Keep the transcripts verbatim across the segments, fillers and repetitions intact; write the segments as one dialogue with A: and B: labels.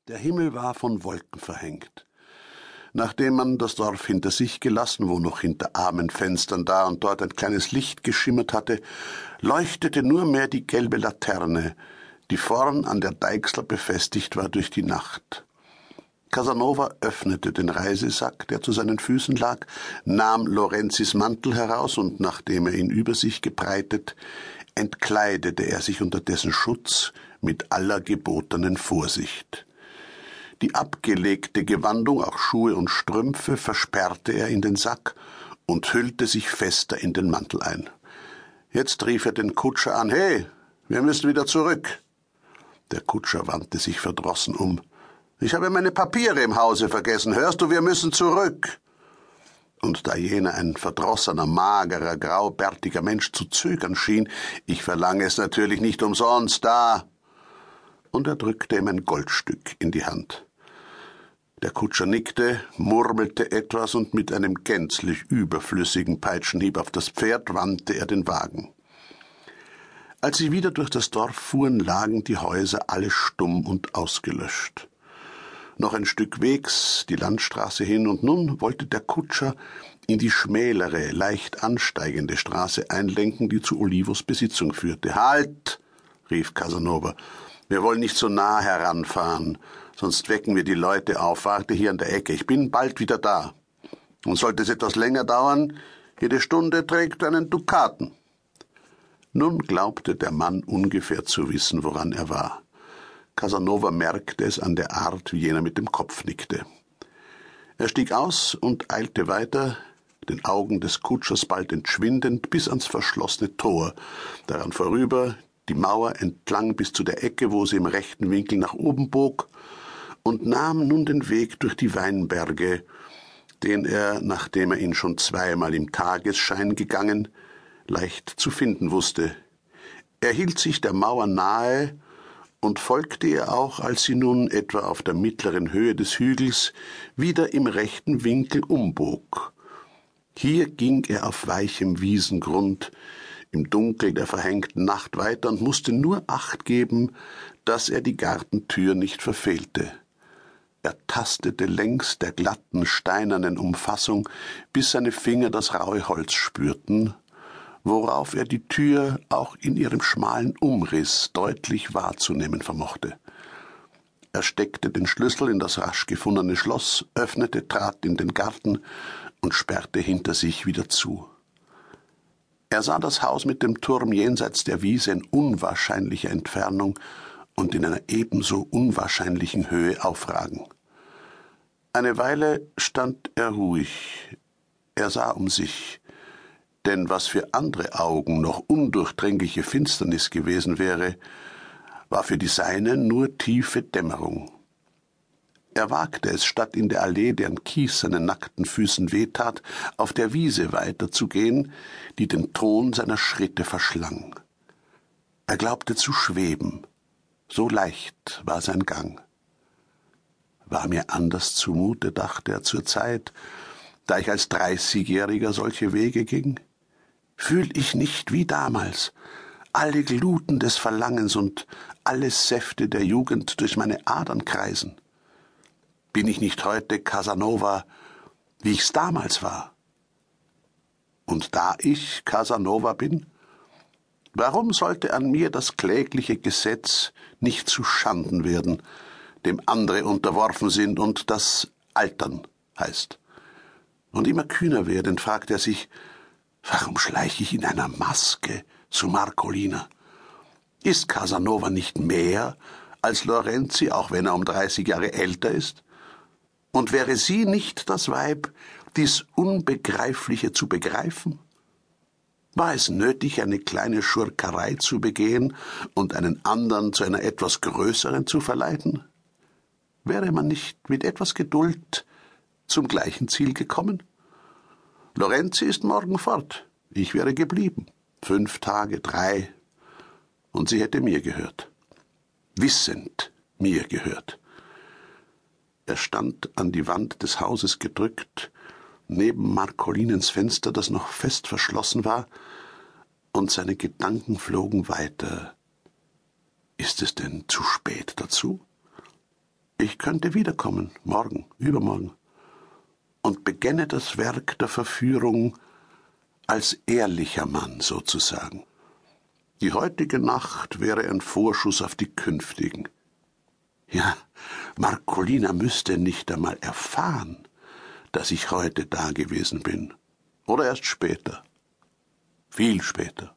A: Der Himmel war von Wolken verhängt. Nachdem man das Dorf hinter sich gelassen, wo noch hinter armen Fenstern da und dort ein kleines Licht geschimmert hatte, leuchtete nur mehr die gelbe Laterne, die vorn an der Deichsel befestigt war, durch die Nacht. Casanova öffnete den Reisesack, der zu seinen Füßen lag, nahm Lorenzis Mantel heraus und, nachdem er ihn über sich gebreitet, entkleidete er sich unter dessen Schutz mit aller gebotenen Vorsicht. Die abgelegte Gewandung, auch Schuhe und Strümpfe, versperrte er in den Sack und hüllte sich fester in den Mantel ein. Jetzt rief er den Kutscher an: »Hey, wir müssen wieder zurück!« Der Kutscher wandte sich verdrossen um. »Ich habe meine Papiere im Hause vergessen. Hörst du, wir müssen zurück!« Und da jener ein verdrossener, magerer, graubärtiger Mensch zu zögern schien: »Ich verlange es natürlich nicht umsonst, da!« Und er drückte ihm ein Goldstück in die Hand. Der Kutscher nickte, murmelte etwas und mit einem gänzlich überflüssigen Peitschenhieb auf das Pferd wandte er den Wagen. Als sie wieder durch das Dorf fuhren, lagen die Häuser alle stumm und ausgelöscht. Noch ein Stück Wegs die Landstraße hin, und nun wollte der Kutscher in die schmälere, leicht ansteigende Straße einlenken, die zu Olivos Besitzung führte. »Halt!« rief Casanova. »Wir wollen nicht so nah heranfahren, sonst wecken wir die Leute auf. Warte hier an der Ecke, ich bin bald wieder da. Und sollte es etwas länger dauern, jede Stunde trägt einen Dukaten.« Nun glaubte der Mann ungefähr zu wissen, woran er war. Casanova merkte es an der Art, wie jener mit dem Kopf nickte. Er stieg aus und eilte weiter, den Augen des Kutschers bald entschwindend, bis ans verschlossene Tor, daran vorüber, die Mauer entlang bis zu der Ecke, wo sie im rechten Winkel nach oben bog, und nahm nun den Weg durch die Weinberge, den er, nachdem er ihn schon zweimal im Tagesschein gegangen, leicht zu finden wusste. Er hielt sich der Mauer nahe und folgte ihr auch, als sie nun etwa auf der mittleren Höhe des Hügels wieder im rechten Winkel umbog. Hier ging er auf weichem Wiesengrund im Dunkel der verhängten Nacht weiter und musste nur Acht geben, dass er die Gartentür nicht verfehlte. Er tastete längs der glatten, steinernen Umfassung, bis seine Finger das raue Holz spürten, worauf er die Tür auch in ihrem schmalen Umriss deutlich wahrzunehmen vermochte. Er steckte den Schlüssel in das rasch gefundene Schloss, öffnete, trat in den Garten und sperrte hinter sich wieder zu. Er sah das Haus mit dem Turm jenseits der Wiese in unwahrscheinlicher Entfernung und in einer ebenso unwahrscheinlichen Höhe aufragen. Eine Weile stand er ruhig. Er sah um sich, denn was für andere Augen noch undurchdringliche Finsternis gewesen wäre, war für die seinen nur tiefe Dämmerung. Er wagte es, statt in der Allee, deren Kies seinen nackten Füßen wehtat, auf der Wiese weiterzugehen, die den Ton seiner Schritte verschlang. Er glaubte zu schweben, so leicht war sein Gang. War mir anders zumute, dachte er zur Zeit, da ich als Dreißigjähriger solche Wege ging? Fühl ich nicht wie damals alle Gluten des Verlangens und alle Säfte der Jugend durch meine Adern kreisen? Bin ich nicht heute Casanova, wie ich's damals war? Und da ich Casanova bin, warum sollte an mir das klägliche Gesetz nicht zu Schanden werden, dem andere unterworfen sind und das Altern heißt? Und immer kühner werdend fragt er sich: Warum schleiche ich in einer Maske zu Marcolina? Ist Casanova nicht mehr als Lorenzi, auch wenn er um dreißig Jahre älter ist? Und wäre sie nicht das Weib, dies Unbegreifliche zu begreifen? War es nötig, eine kleine Schurkerei zu begehen und einen anderen zu einer etwas größeren zu verleiten? Wäre man nicht mit etwas Geduld zum gleichen Ziel gekommen? Lorenzi ist morgen fort, ich wäre geblieben, fünf Tage, drei, und sie hätte mir gehört, wissend mir gehört. Er stand an die Wand des Hauses gedrückt, neben Marcolinens Fenster, das noch fest verschlossen war, und seine Gedanken flogen weiter. Ist es denn zu spät dazu? Ich könnte wiederkommen, morgen, übermorgen, und begänne das Werk der Verführung als ehrlicher Mann sozusagen. Die heutige Nacht wäre ein Vorschuss auf die künftigen. Ja, Marcolina müsste nicht einmal erfahren, dass ich heute da gewesen bin. Oder erst später. Viel später.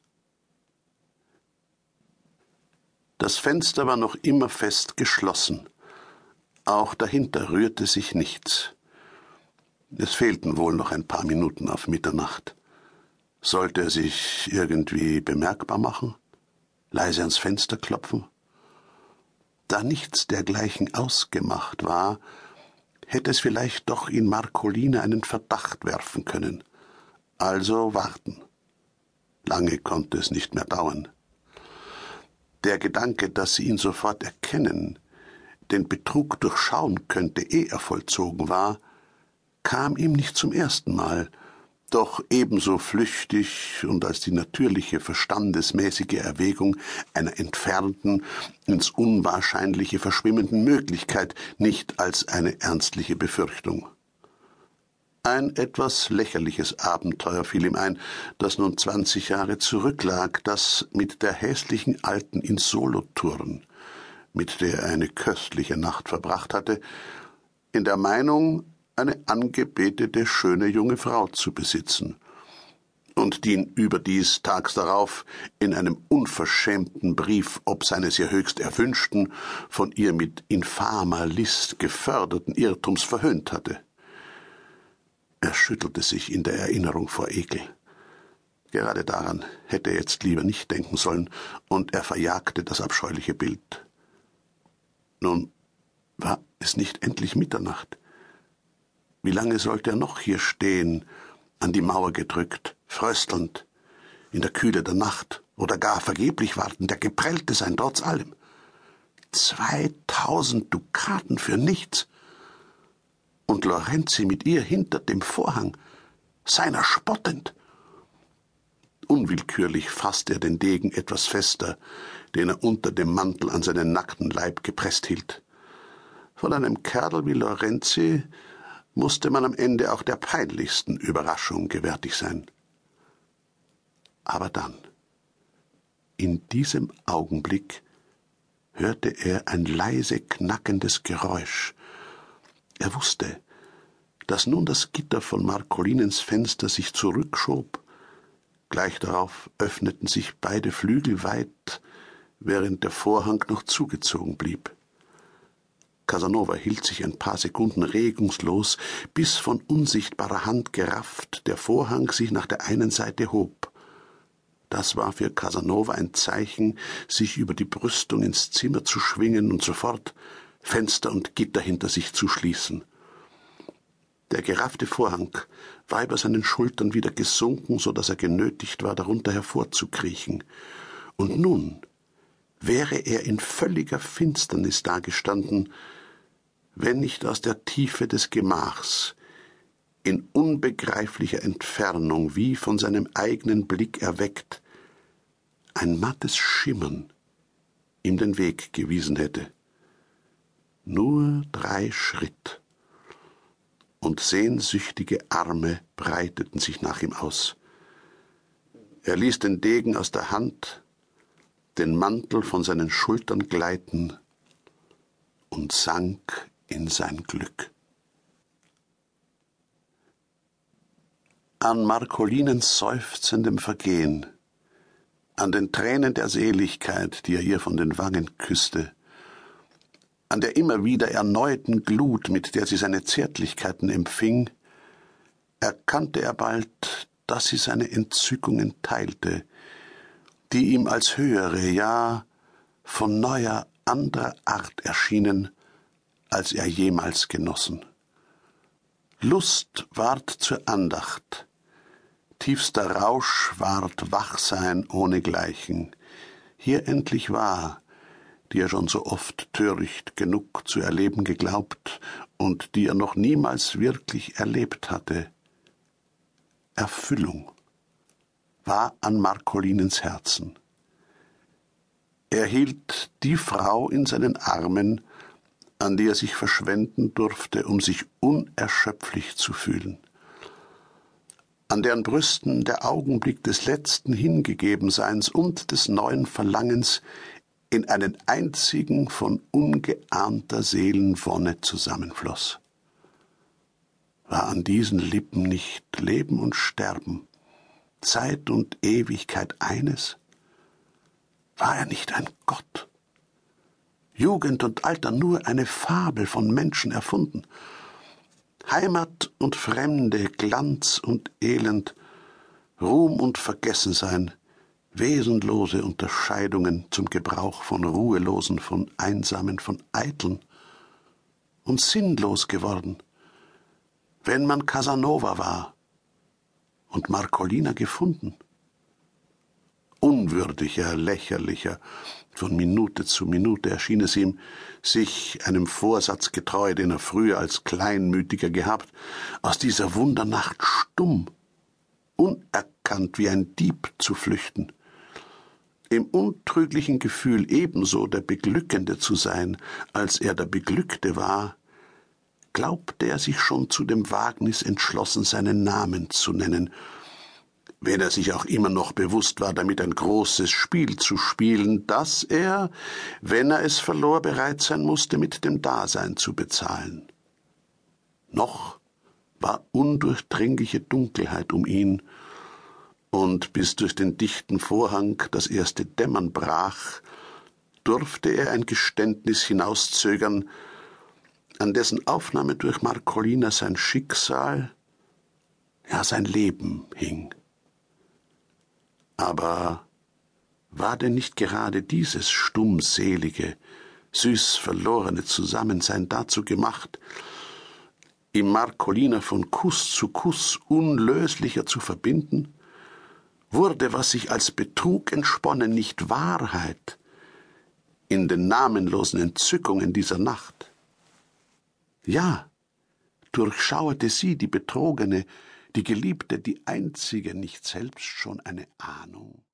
A: Das Fenster war noch immer fest geschlossen. Auch dahinter rührte sich nichts. Es fehlten wohl noch ein paar Minuten auf Mitternacht. Sollte er sich irgendwie bemerkbar machen? Leise ans Fenster klopfen? Da nichts dergleichen ausgemacht war, hätte es vielleicht doch in Marcolina einen Verdacht werfen können. Also warten. Lange konnte es nicht mehr dauern. Der Gedanke, dass sie ihn sofort erkennen, den Betrug durchschauen könnte, ehe er vollzogen war, kam ihm nicht zum ersten Mal, doch ebenso flüchtig und als die natürliche, verstandesmäßige Erwägung einer entfernten, ins Unwahrscheinliche verschwimmenden Möglichkeit, nicht als eine ernstliche Befürchtung. Ein etwas lächerliches Abenteuer fiel ihm ein, das nun zwanzig Jahre zurücklag, das mit der hässlichen Alten in Solothurn, mit der er eine köstliche Nacht verbracht hatte, in der Meinung, eine angebetete, schöne junge Frau zu besitzen, und die ihn überdies tags darauf in einem unverschämten Brief ob seines ihr höchst erwünschten, von ihr mit infamer List geförderten Irrtums verhöhnt hatte. Er schüttelte sich in der Erinnerung vor Ekel. Gerade daran hätte er jetzt lieber nicht denken sollen, und er verjagte das abscheuliche Bild. Nun, war es nicht endlich Mitternacht? Wie lange sollte er noch hier stehen, an die Mauer gedrückt, fröstelnd, in der Kühle der Nacht, oder gar vergeblich warten, der geprellte sein trotz allem? Zweitausend Dukaten für nichts. Und Lorenzi mit ihr hinter dem Vorhang, seiner spottend. Unwillkürlich fasste er den Degen etwas fester, den er unter dem Mantel an seinen nackten Leib gepresst hielt. Von einem Kerl wie Lorenzi musste man am Ende auch der peinlichsten Überraschung gewärtig sein. Aber dann, in diesem Augenblick, hörte er ein leise knackendes Geräusch. Er wusste, dass nun das Gitter von Marcolinens Fenster sich zurückschob. Gleich darauf öffneten sich beide Flügel weit, während der Vorhang noch zugezogen blieb. Casanova hielt sich ein paar Sekunden regungslos, bis von unsichtbarer Hand gerafft der Vorhang sich nach der einen Seite hob. Das war für Casanova ein Zeichen, sich über die Brüstung ins Zimmer zu schwingen und sofort Fenster und Gitter hinter sich zu schließen. Der geraffte Vorhang war über seinen Schultern wieder gesunken, so dass er genötigt war, darunter hervorzukriechen. Und nun wäre er in völliger Finsternis dagestanden, wenn nicht aus der Tiefe des Gemachs, in unbegreiflicher Entfernung, wie von seinem eigenen Blick erweckt, ein mattes Schimmern ihm den Weg gewiesen hätte. Nur drei Schritt, und sehnsüchtige Arme breiteten sich nach ihm aus. Er ließ den Degen aus der Hand, den Mantel von seinen Schultern gleiten und sank in sein Glück. An Marcolinens seufzendem Vergehen, an den Tränen der Seligkeit, die er ihr von den Wangen küsste, an der immer wieder erneuten Glut, mit der sie seine Zärtlichkeiten empfing, erkannte er bald, dass sie seine Entzückungen teilte, die ihm als höhere, ja von neuer, anderer Art erschienen, als er jemals genossen. Lust ward zur Andacht, tiefster Rausch ward Wachsein ohnegleichen. Hier endlich war, die er schon so oft töricht genug zu erleben geglaubt und die er noch niemals wirklich erlebt hatte, Erfüllung war an Marcolinens Herzen. Er hielt die Frau in seinen Armen, an die er sich verschwenden durfte, um sich unerschöpflich zu fühlen, an deren Brüsten der Augenblick des letzten Hingegebenseins und des neuen Verlangens in einen einzigen von ungeahnter Seelenwonne zusammenfloss. War an diesen Lippen nicht Leben und Sterben, Zeit und Ewigkeit eines? War er nicht ein Gott? Jugend und Alter nur eine Fabel von Menschen erfunden? Heimat und Fremde, Glanz und Elend, Ruhm und Vergessensein, wesenlose Unterscheidungen zum Gebrauch von Ruhelosen, von Einsamen, von Eiteln und sinnlos geworden, wenn man Casanova war und Marcolina gefunden. Unwürdiger, lächerlicher, von Minute zu Minute erschien es ihm, sich einem Vorsatz getreu, den er früher als Kleinmütiger gehabt, aus dieser Wundernacht stumm, unerkannt wie ein Dieb zu flüchten, im untrüglichen Gefühl, ebenso der Beglückende zu sein, als er der Beglückte war, glaubte er sich schon zu dem Wagnis entschlossen, seinen Namen zu nennen, wenn er sich auch immer noch bewusst war, damit ein großes Spiel zu spielen, das er, wenn er es verlor, bereit sein musste, mit dem Dasein zu bezahlen. Noch war undurchdringliche Dunkelheit um ihn, und bis durch den dichten Vorhang das erste Dämmern brach, durfte er ein Geständnis hinauszögern, an dessen Aufnahme durch Marcolina sein Schicksal, ja sein Leben hing. Aber war denn nicht gerade dieses stummselige, süß verlorene Zusammensein dazu gemacht, ihm Marcolina von Kuss zu Kuss unlöslicher zu verbinden? Wurde, was sich als Betrug entsponnen, nicht Wahrheit in den namenlosen Entzückungen dieser Nacht? Ja, durchschauerte sie, die Betrogene, die Geliebte, die Einzige, nicht selbst schon eine Ahnung?